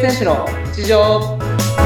選手の日常。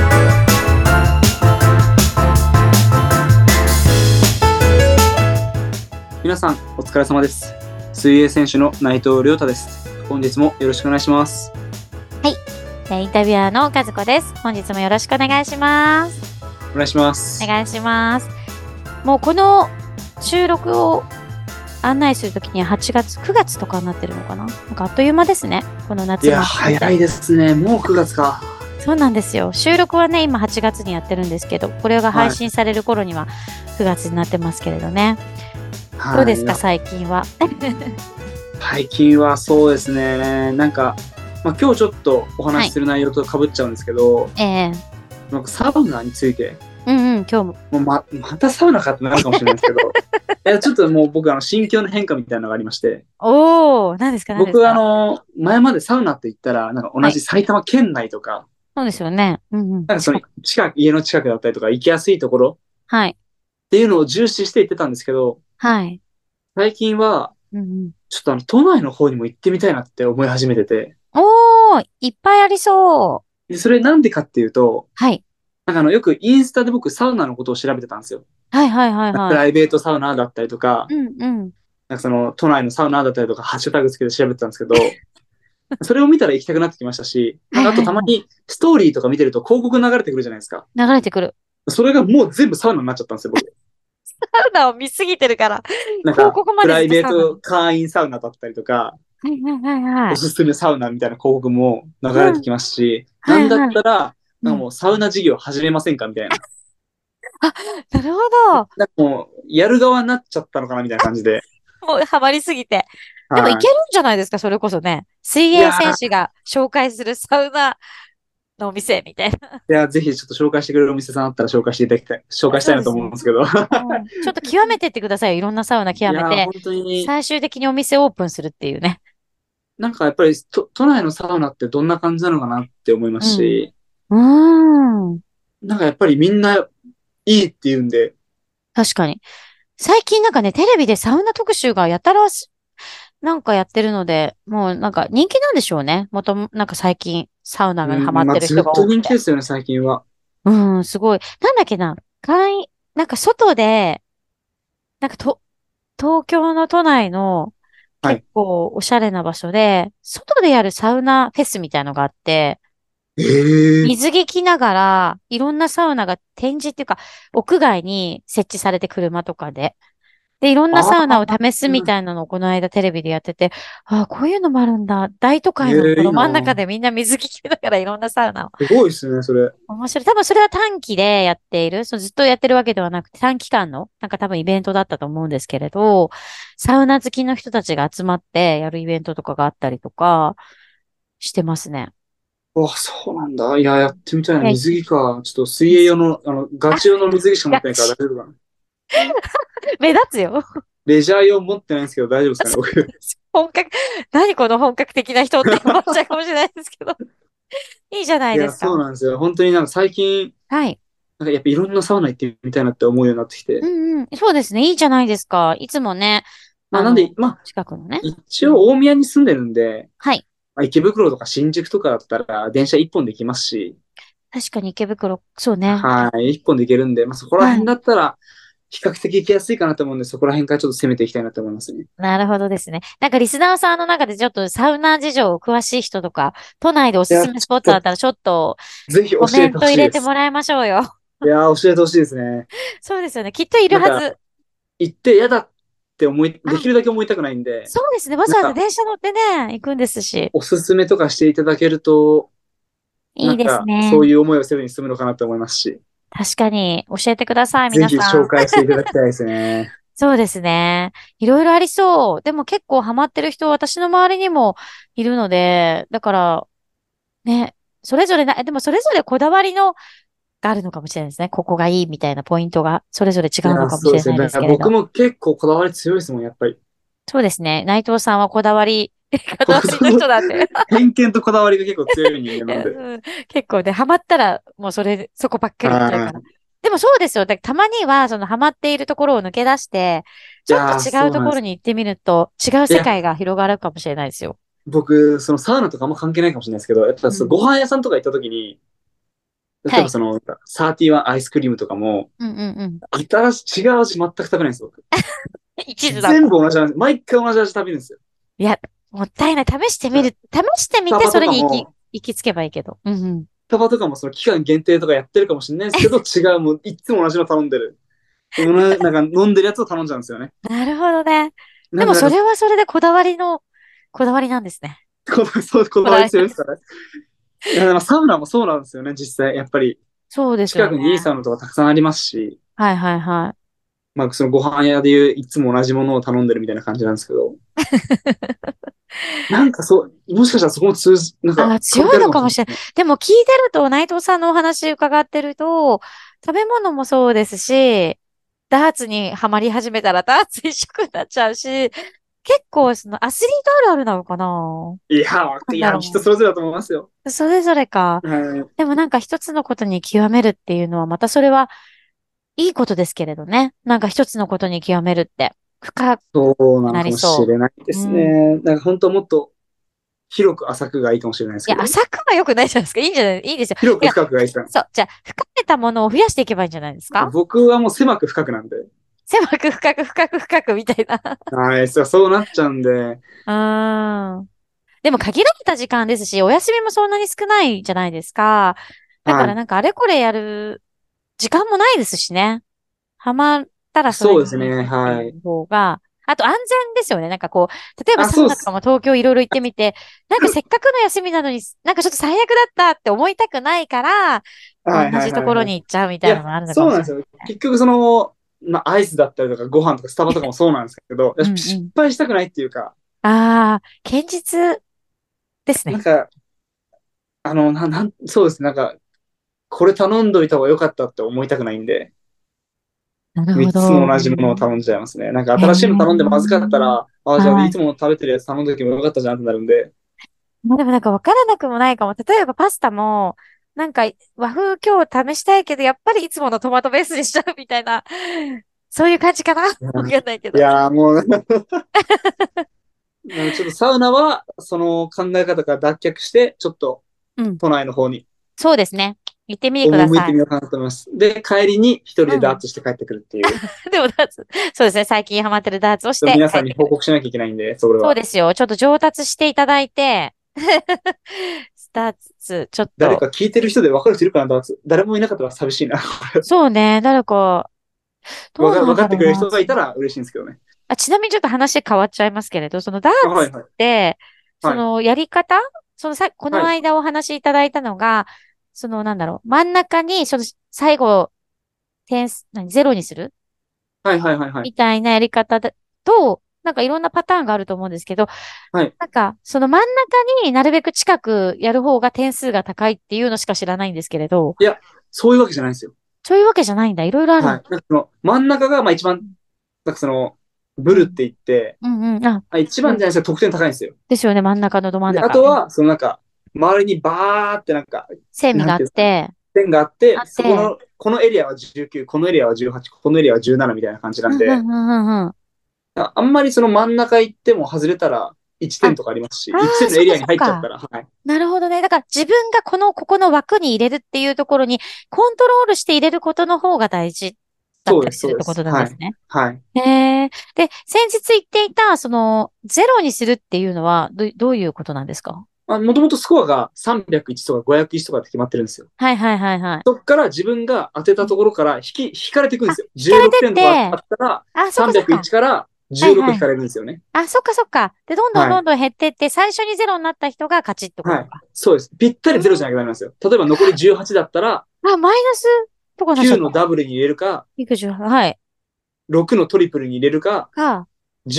皆さんお疲れ様です。水泳選手の内藤亮太です。本日もよろしくお願いします。 インタビュアーの和子です。本日もよろしくお願いします。 お願いします。 お願いします。もうこの収録を案内するときには8月、9月とかになってるのかな。なんかあっという間ですね。この夏いや、早いですね。もう9月か。 そうなんですよ。収録はね、今8月にやってるんですけど、これが配信される頃には9月になってますけれどね。 はい、 どうですか、最近は。 最近はそうですね。なんか、今日ちょっとお話しする内容と被っちゃうんですけど、なんかサウナについて、 今日も。 またサウナかってなるかもしれないですけど、いやちょっともう僕心境の変化みたいなのがありまして、 何ですか僕前までサウナって言ったら、なんか同じ埼玉県内とか、 そうですよね。 なんかその家の近くだったりとか行きやすいところっていうのを重視して行ってたんですけど、最近は、ちょっと都内の方にも行ってみたいなって思い始めてて。 いっぱいありそう。 でそれなんでかっていうと、なんかよくインスタで僕サウナのことを調べてたんですよ。プライベートサウナだったりとか、なんかその都内のサウナだったりとか、ハッシュタグつけて調べてたんですけど、それを見たら行きたくなってきましたし、あとたまにストーリーとか見てると広告流れてくるじゃないですか。 流れてくる。 それがもう全部サウナになっちゃったんですよ、僕。 サウナを見すぎてるから。 なんか、プライベート会員サウナだったりとか、おすすめサウナみたいな広告も流れてきますし、なんだったら、なんかもうサウナ事業始めませんかみたいな。 なるほど。 なんかもう、やる側になっちゃったのかなみたいな感じで。 もうハマりすぎて。でもいけるんじゃないですか、それこそね。水泳選手が紹介するサウナのお店みたいな。 いや、ぜひちょっと紹介してくれるお店さんあったら紹介していただきたい、紹介したいなと思うんですけど。 ちょっと極めてってくださいよ。いろんなサウナ極めて。 本当に最終的にお店オープンするっていうね。 なんかやっぱり都内のサウナってどんな感じなのかなって思いますし、なんかやっぱりみんないいって言うんで。 確かに。最近なんかね、テレビでサウナ特集がやたらなんかやってるので、もうなんか人気なんでしょうね。なんか最近サウナがハマってる人が多くて。 ずっと人気ですよね、最近は。 すごい。なんだっけな。なんか外で、なんか東京の都内の結構おしゃれな場所で、外でやるサウナフェスみたいのがあって、水着着ながら、いろんなサウナが展示っていうか、屋外に設置されて車とかで。で、いろんなサウナを試すみたいなのをこの間テレビでやってて、こういうのもあるんだ。大都会のこの真ん中でみんな水着着ながらいろんなサウナを。 すごいですね、それ。 面白い。多分それは短期でやっている。ずっとやってるわけではなくて短期間の、なんか多分イベントだったと思うんですけれど、サウナ好きの人たちが集まってやるイベントとかがあったりとかしてますね。 そうなんだ。いや、やってみたいな。水着か。ちょっと水泳用の、ガチ用の水着しか持ってないから大丈夫かな。 目立つよ。 レジャー用持ってないんですけど大丈夫ですかね、僕。 何この本格的な人って思っちゃうかもしれないですけど。いいじゃないですか。 いや、そうなんですよ。本当になんか最近、なんかやっぱいろんなサウナ行ってみたいなって思うようになってきて。 そうですね。いいじゃないですか。いつもね。 なんで、 近くのね。 一応大宮に住んでるんで、 はい。 池袋とか新宿とかだったら電車一本で行きますし。 確かに池袋、そうね。 はい。一本で行けるんで、そこら辺だったら、比較的行きやすいかなと思うんで、そこら辺からちょっと攻めていきたいなと思いますね。 なるほどですね。なんかリスナーさんの中でちょっとサウナ事情詳しい人とか、都内でおすすめスポットだったらちょっとぜひ教コメえてほント入れしいです。 てもらいましょうよ。 いやー、教えてほしいですね。 そうですよね。きっといるはず。 行って嫌だってできるだけ思いたくないんで、 そうですね。わざわざ電車乗ってね、行くんですし。 おすすめとかしていただけると、 いいですね。 そういう思いをせずに済むのかなと思いますし。 確かに、教えてください、 ぜひ皆さん。 紹介していただきたいですね。 そうですね。いろいろありそう。でも結構ハマってる人、私の周りにもいるので、だから、ね、でもそれぞれこだわりがあるのかもしれないですね。ここがいいみたいなポイントがそれぞれ違いや、 うのかもしれないそうですね。だですけれど。 から僕も結構こだわり強いですもん、やっぱり。 そうですね。内藤さんはこだわり、こだわりの人だって。 偏見とこだわりが結構強い人間なんで。 結構ね、ハマったらもうそこばっかり言っちゃうから。でもそうですよ。たまには、そのハマっているところを抜け出して、ちょっと違うところに行ってみると、違う世界が広がるかもしれないですよ。 僕、そのサウナとかあんま関係ないかもしれないですけど、やっぱそのご飯屋さんとか行った時に、例えばその、31アイスクリームとかも、新しい違う味全く食べないんですよ、僕。 一途だった。 全部同じ味、毎回同じ味食べるんですよ。 いや、もったいない。試してみて、 スタバとそれにかも、 行き着けばいいけど。うんうん。 スタバとかもその期間限定とかやってるかもしれないですけど、違う、もういつも同じの頼んでる。なんか飲んでるやつを頼んじゃうんですよね。 なるほどね。でなんで、 もそれはそれでこだわりなんですね。 こだわりこだわりなんです。 強いですからね。いや、でもサウナもそうなんですよね、実際。やっぱり、 そうですよね。 近くにいいサウナとかたくさんありますし、 はいはいはい。 まあ、そのご飯屋でいう、いつも同じものを頼んでるみたいな感じなんですけど、なんかそう、もしかしたらそこもなんかあ、強い関係あるかもしのかもしれない。 れないですね。 でも聞いてると、内藤さんのお話伺ってると、食べ物もそうですし、ダーツにはまり始めたらダーツ一色になっちゃうし、結構そのアスリートあるあるなのかな。 いや、 なんいや、人だろそれぞれだと思いますよ。 う。それぞれか。 はい。 でもなんか一つのことに極めるっていうのは、またそれはいいことですけれどね。なんか一つのことに極めるって、深くそうなのなかもしりそれないでう。うすん。 ね。なんか本当もっと広く浅くがいいかもしれないですいや、 けど、 浅くは良くないじゃないですか。いいんじゃないいいですよ。 広くいや、 深くがいいですかそう。じゃあ、深めたものを増やしていけばいいんじゃないですか。 僕はもう狭く深くなんで。 狭く深く深く深くみたいな。 はい、そうなっちゃうんで。 うーん。でも限られた時間ですし、お休みもそんなに少ないじゃないですか。だかはい。 らなんかあれこれやる時間もないですしね。ハマったらそれにそうですね。 行くってはい。 いう方が、あと安全ですよね。なんかこう、例えばあ、 サウナとかそうです。 も東京いろいろ行ってみて、なんかせっかくの休みなのに、なんかちょっと最悪だったって思いたくないから、同はいはいじところはいはい。 に行っちゃうみいや、 たいなのがあるのかもしれないそうなんですよ。結局その、まあ、アイスだったりとか、ご飯とかスタバとかもそうなんですけど、失うんうん。 敗したくないっていうか、 ああ、堅実ですね。 なんか、そうですね。なんか、これ頼んどいた方が良かったって思いたくないんで、 なるほ三つもど。 同じものを頼んじゃいますね。なんかへ新しいの頼んでまずかったえ。 ら、あ、じゃあはい。 いつも食べてるやつ頼んどきもよかったじゃんってなるんで。 まあでもなんかわからなくもないかも。例えばパスタも、なんか和風今日試したいけど、やっぱりいつものトマトベースにしちゃうみたいな、そういう感じかな。わかんないけど。 いやーもうなのでちょっとサウナは、その考え方から脱却して、ちょっとうん。 都内の方にそうですね。行ってみてください。 赴いてみようかなと思います。で、帰りに一人でダーうん。 ツして帰ってくるっていう。 でもダーツ、そうですね。最近ハマってるダーツをして皆さんに帰ってくる。 報告しなきゃいけないんで、それは。 そうですよ。ちょっと上達していただいて、ダーツ、ちょっと。 誰か聞いてる人で分かる人いるかな、ダーツ。誰もいなかったら寂しいな。 そうね。誰か、どうなんだろうな。 分かってくれる人がいたら嬉しいんですけどね。 あ、ちなみにちょっと話変わっちゃいますけれど、そのダーあ、はツっいはい。 て、そはい。 のやり方このはい。 間お話しいただいたのが、そのなんだろう、真ん中に、その最後、ゼロにするはいはいはいはい。 みたいなやり方と、なんかいろんなパターンがあると思うんですけど、 はい。 なんか、その真ん中になるべく近くやる方が点数が高いっていうのしか知らないんですけれど、 いや、そういうわけじゃないんですよ。 そういうわけじゃないんだ。いろいろあるんだ。 はい。なんかその真ん中がまあ一番、なんかその、ブうん。 ルって言って、 うんうん。あ、 一そう番じゃないですけど得点高いんですよ。 ですよね。真ん中のど真んで、あ中。 とは、そのなんか、周りにバーってなんか、 線があなんていうんですかね、 って、 線があって、 あって、 このエリアは19、このエリアは18、このエリアは17みたいな感じなんで、 うんうんうんうんうん。 あんまりその真ん中行っても外れたら1 あ、 点とかありますし、 あ 1点あ、そっかのエリアにそっか。 入っちゃったら、はい。 なるほどね。だから自分がここの枠に入れるっていうところにコントロールして入れることの方が大事だっそうです、 たりするってこそうです。はい。 となんですね。 はい。 へえ。で、先日言っていた、その、ゼロにするっていうのは、どういうことなんですか？ もともとスコアが301とか501とかって決まってるんですよ。 はいはいはいはい。 そっから自分が当てたところから引かれていくんであ、 すよ。 引かれ 16 てっ点とかあて、 ったら、 あ、そっかそっか。 301から16引かはいはい。 れるんですよね。 あ、そっかそっか。で、どんどんはい。 どんどん減ってって、最初にゼロになった人が勝ちってこはい。 とか。 そうです。ぴったりゼロじゃなきゃダメうん。 なんですよ。例えば残り18だったら、 あ、マイナスとかなっちゃ 9 った。 のダブルに入れるか、 育児はい。 6のトリプルに入れるか、 か、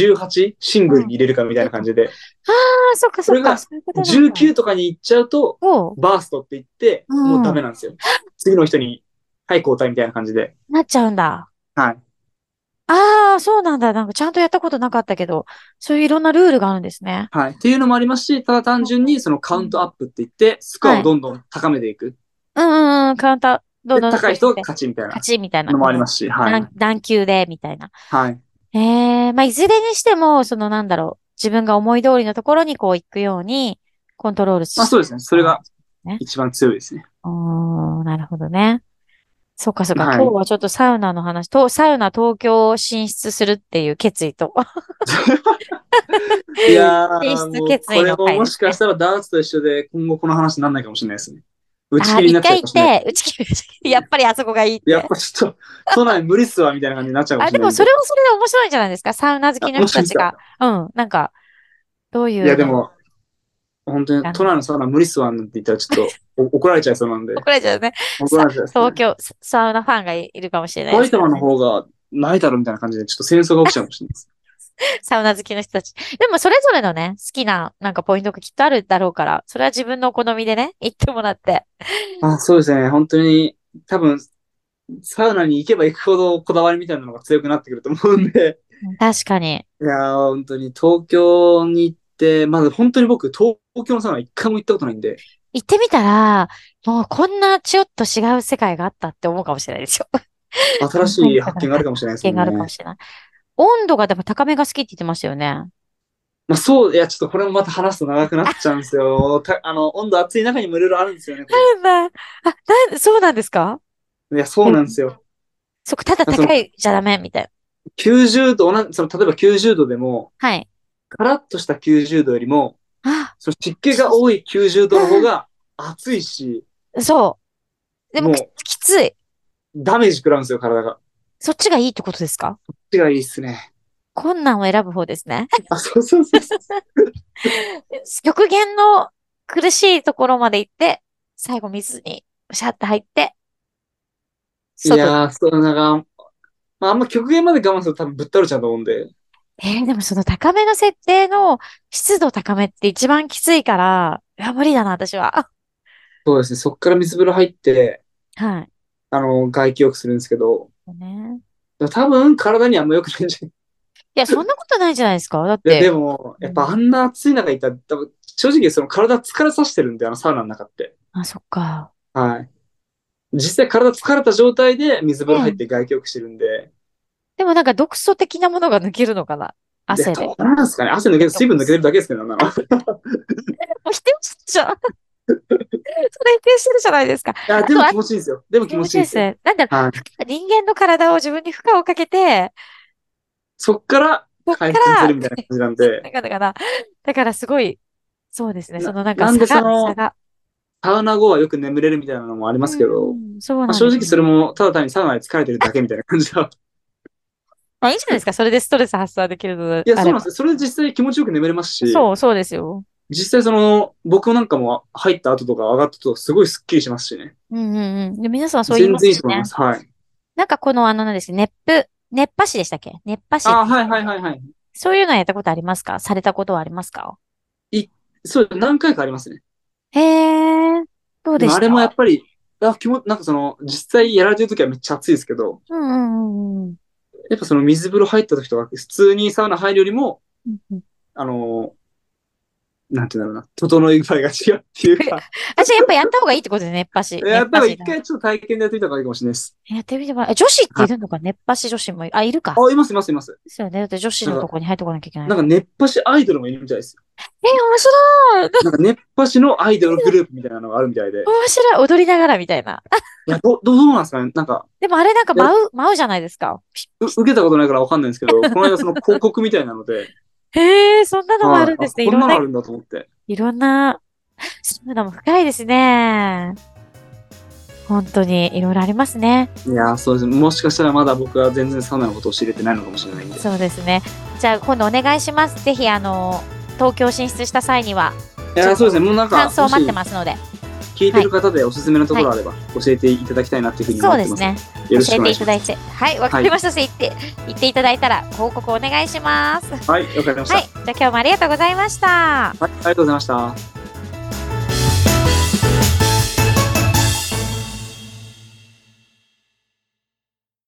18シングルうん。 に入れるかみたいな出た。あ感じで、 あ、そっかそっか。 これがそういうことなんだ。 19とかに行っちゃうと、 おう。 バーストって言って、もううん。 ダメなんですよ。次の人に、はい、交代みたいな感じで。 なっちゃうんだ。 はい。 ああ、そうなんだ。なんかちゃんとやったことなかったけど、そういういろんなルールがあるんですね。 はい。っていうのもありますし、ただ単純にそのカウンうん。 トアップって言って、スコアはい。 をどんどん高めていく。 うんうんうん、カウンター、どんで、 どん高い人がって言って、 勝ちみたいな勝ちみたいな、 のもこの、 ありますし、はい。 段級で、みたいな。 はい。 まあ、いずれにしても、そのなんだろう。 自分が思い通りのところにこう行くようにコントロールして。 そうですね。それが一番強いですね。 なるほどね。そうかそうか。今日はちょっとサウナの話と、サウナ東京進出するっていう決意と。 いやー、もうこれももしかしたらダーツと一緒で今後この話にならないかもしれないですね。打ち切りになっちゃうかもしれない。 打ち切り、やっぱりあそこがいいって。 やっぱちょっと、都内無理っすわ、みたいな感じになっちゃうかもしれない。 でもそれはそれで面白いんじゃないですか、サウナ好きの人たちが。なんか、どういう。 いや、でも、本当に都内のサウナ無理っすわ、なんて言ったらちょっと怒られちゃいそうなんで。 怒られちゃうね。怒られちゃう、ね。東京、サウナファンがいるかもしれないです、 ね。埼玉の方がないだろみたいな感じで、ちょっと戦争が起きちゃうかもしれないです。 サウナ好きの人たち。でもそれぞれのね、好きななんかポイントがきっとあるだろうから、それは自分のお好みでね、行ってもらって。 そうですね。本当に、多分、サウナに行けば行くほどこだわりみたいなのが強くなってくると思うんで。 確かに。 いやー、本当に東京に行って、まず本当に僕、東京のサウナ一回も行ったことないんで。 行ってみたら、もうこんなちょっと違う世界があったって思うかもしれないですよ。 新しい発見があるかもしれないですね。 発見があるかもしれない。温度がでも高めが好きって言ってましたよね。 まあそう、いや、ちょっとこれもまた話すと長くなっちゃうんですよ。温度暑い中にもいろいろあるんですよね。 あるんだ。そうなんですか？ いや、そうなんですよ。 ただ高いじゃダメみたいな。 90度、例えば90度でも、 はい。 カラッとした90度よりも、湿気が多い90度の方が暑いし、 そう。でもきつい。 ダメージ食らうんですよ、体が。 そっちがいいってことですか？ そっちがいいっすね。 困難を選ぶ方ですね。 そう。 極限の苦しいところまで行って、最後水にシャッと入って、 いやー、なんか、あんま極限まで我慢すると多分ぶっ倒れちゃうと思うんで。 でもその高めの設定の湿度高めって一番きついから、いや、無理だな、私は。 そうですね。そっから水風呂入って、 はい。 外気浴するんですけど、 ね、 多分体にはあんま良くないんじゃない？ いや、そんなことないじゃないですか。だって。 いや、でも、やっぱあんな暑い中いたら、多分正直その体疲れさせてるんで、サウナの中って。 そっか。 はい。実際体疲れた状態で水風呂入って外気浴してるんで。 でもなんか毒素的なものが抜けるのかな、汗で。 どうなんですかね、汗抜ける、水分抜けるだけですけど、もう否定してるじゃん。それ否定してるじゃないですか。 いや、でも気持ちいいですよ。でも気持ちいいですよ。 なんだろう、人間の体を自分に負荷をかけて、 そっから回復するみたいな感じなんで。 だからすごい、そうですね。なんかなんでサウナ後はよく眠れるみたいなのもありますけど、正直それもただ単にサウナで疲れてるだけみたいな感じだ。 いいじゃないですか。それでストレス発散できるので。 いや、そうなんですよ。それで実際気持ちよく眠れますし。 そうですよ。 実際僕なんかも入った後とか上がったとすごいスッキリしますしね。 で、皆さんそう言いますね。 全然いいと思います。はい。 なんか何です熱波師でしたっけ？熱波師。 はい。 そういうのやったことありますか？されたことはありますか？ そう、何回かありますね。 へえ、どうでした？ あれもやっぱり、なんか実際やられてる時はめっちゃ暑いですけど、やっぱ水風呂入った時とか、普通にサウナ入るよりも、なんていうんだろうな、整い具合が違うっていうか。 私やっぱやった方がいいってことで、熱波師。 やった方が一回ちょっと体験でやってみた方がいいかもしれないです。 やってみてもらう。女子っているのか、熱波師女子もいるか。 います。 ですよね。だって女子のとこに入ってこなきゃいけない。 なんか熱波師アイドルもいるみたいですよ。 面白い。 なんか熱波師のアイドルグループみたいなのがあるみたいで。 面白い。踊りながらみたいな。 いや、どうなんですかね、なんか。 でもあれなんか舞うじゃないですか。 受けたことないからわかんないんですけど、この間広告みたいなので。 へえ、そんなのもあるんですね。 こんなのあるんだと思って。 いろんな、そういうのも深いですね。本当にいろいろありますね。 いや、そうです。もしかしたらまだ僕は全然サウナのことを知れてないのかもしれないんで。 そうですね。じゃあ今度お願いします。ぜひ東京進出した際には。 いや、そうですね。もうなんか感想待ってますので。 聞いてる方でおすすめのところあれば教えていただきたいなっていうふうに思ってます。そうですね。よろしくお願いします。教えていただいて。はい、わかりました。言っていただいたら報告お願いします。 はい、わかりました。はい、 じゃあ今日もありがとうございました。 はい、ありがとうございました。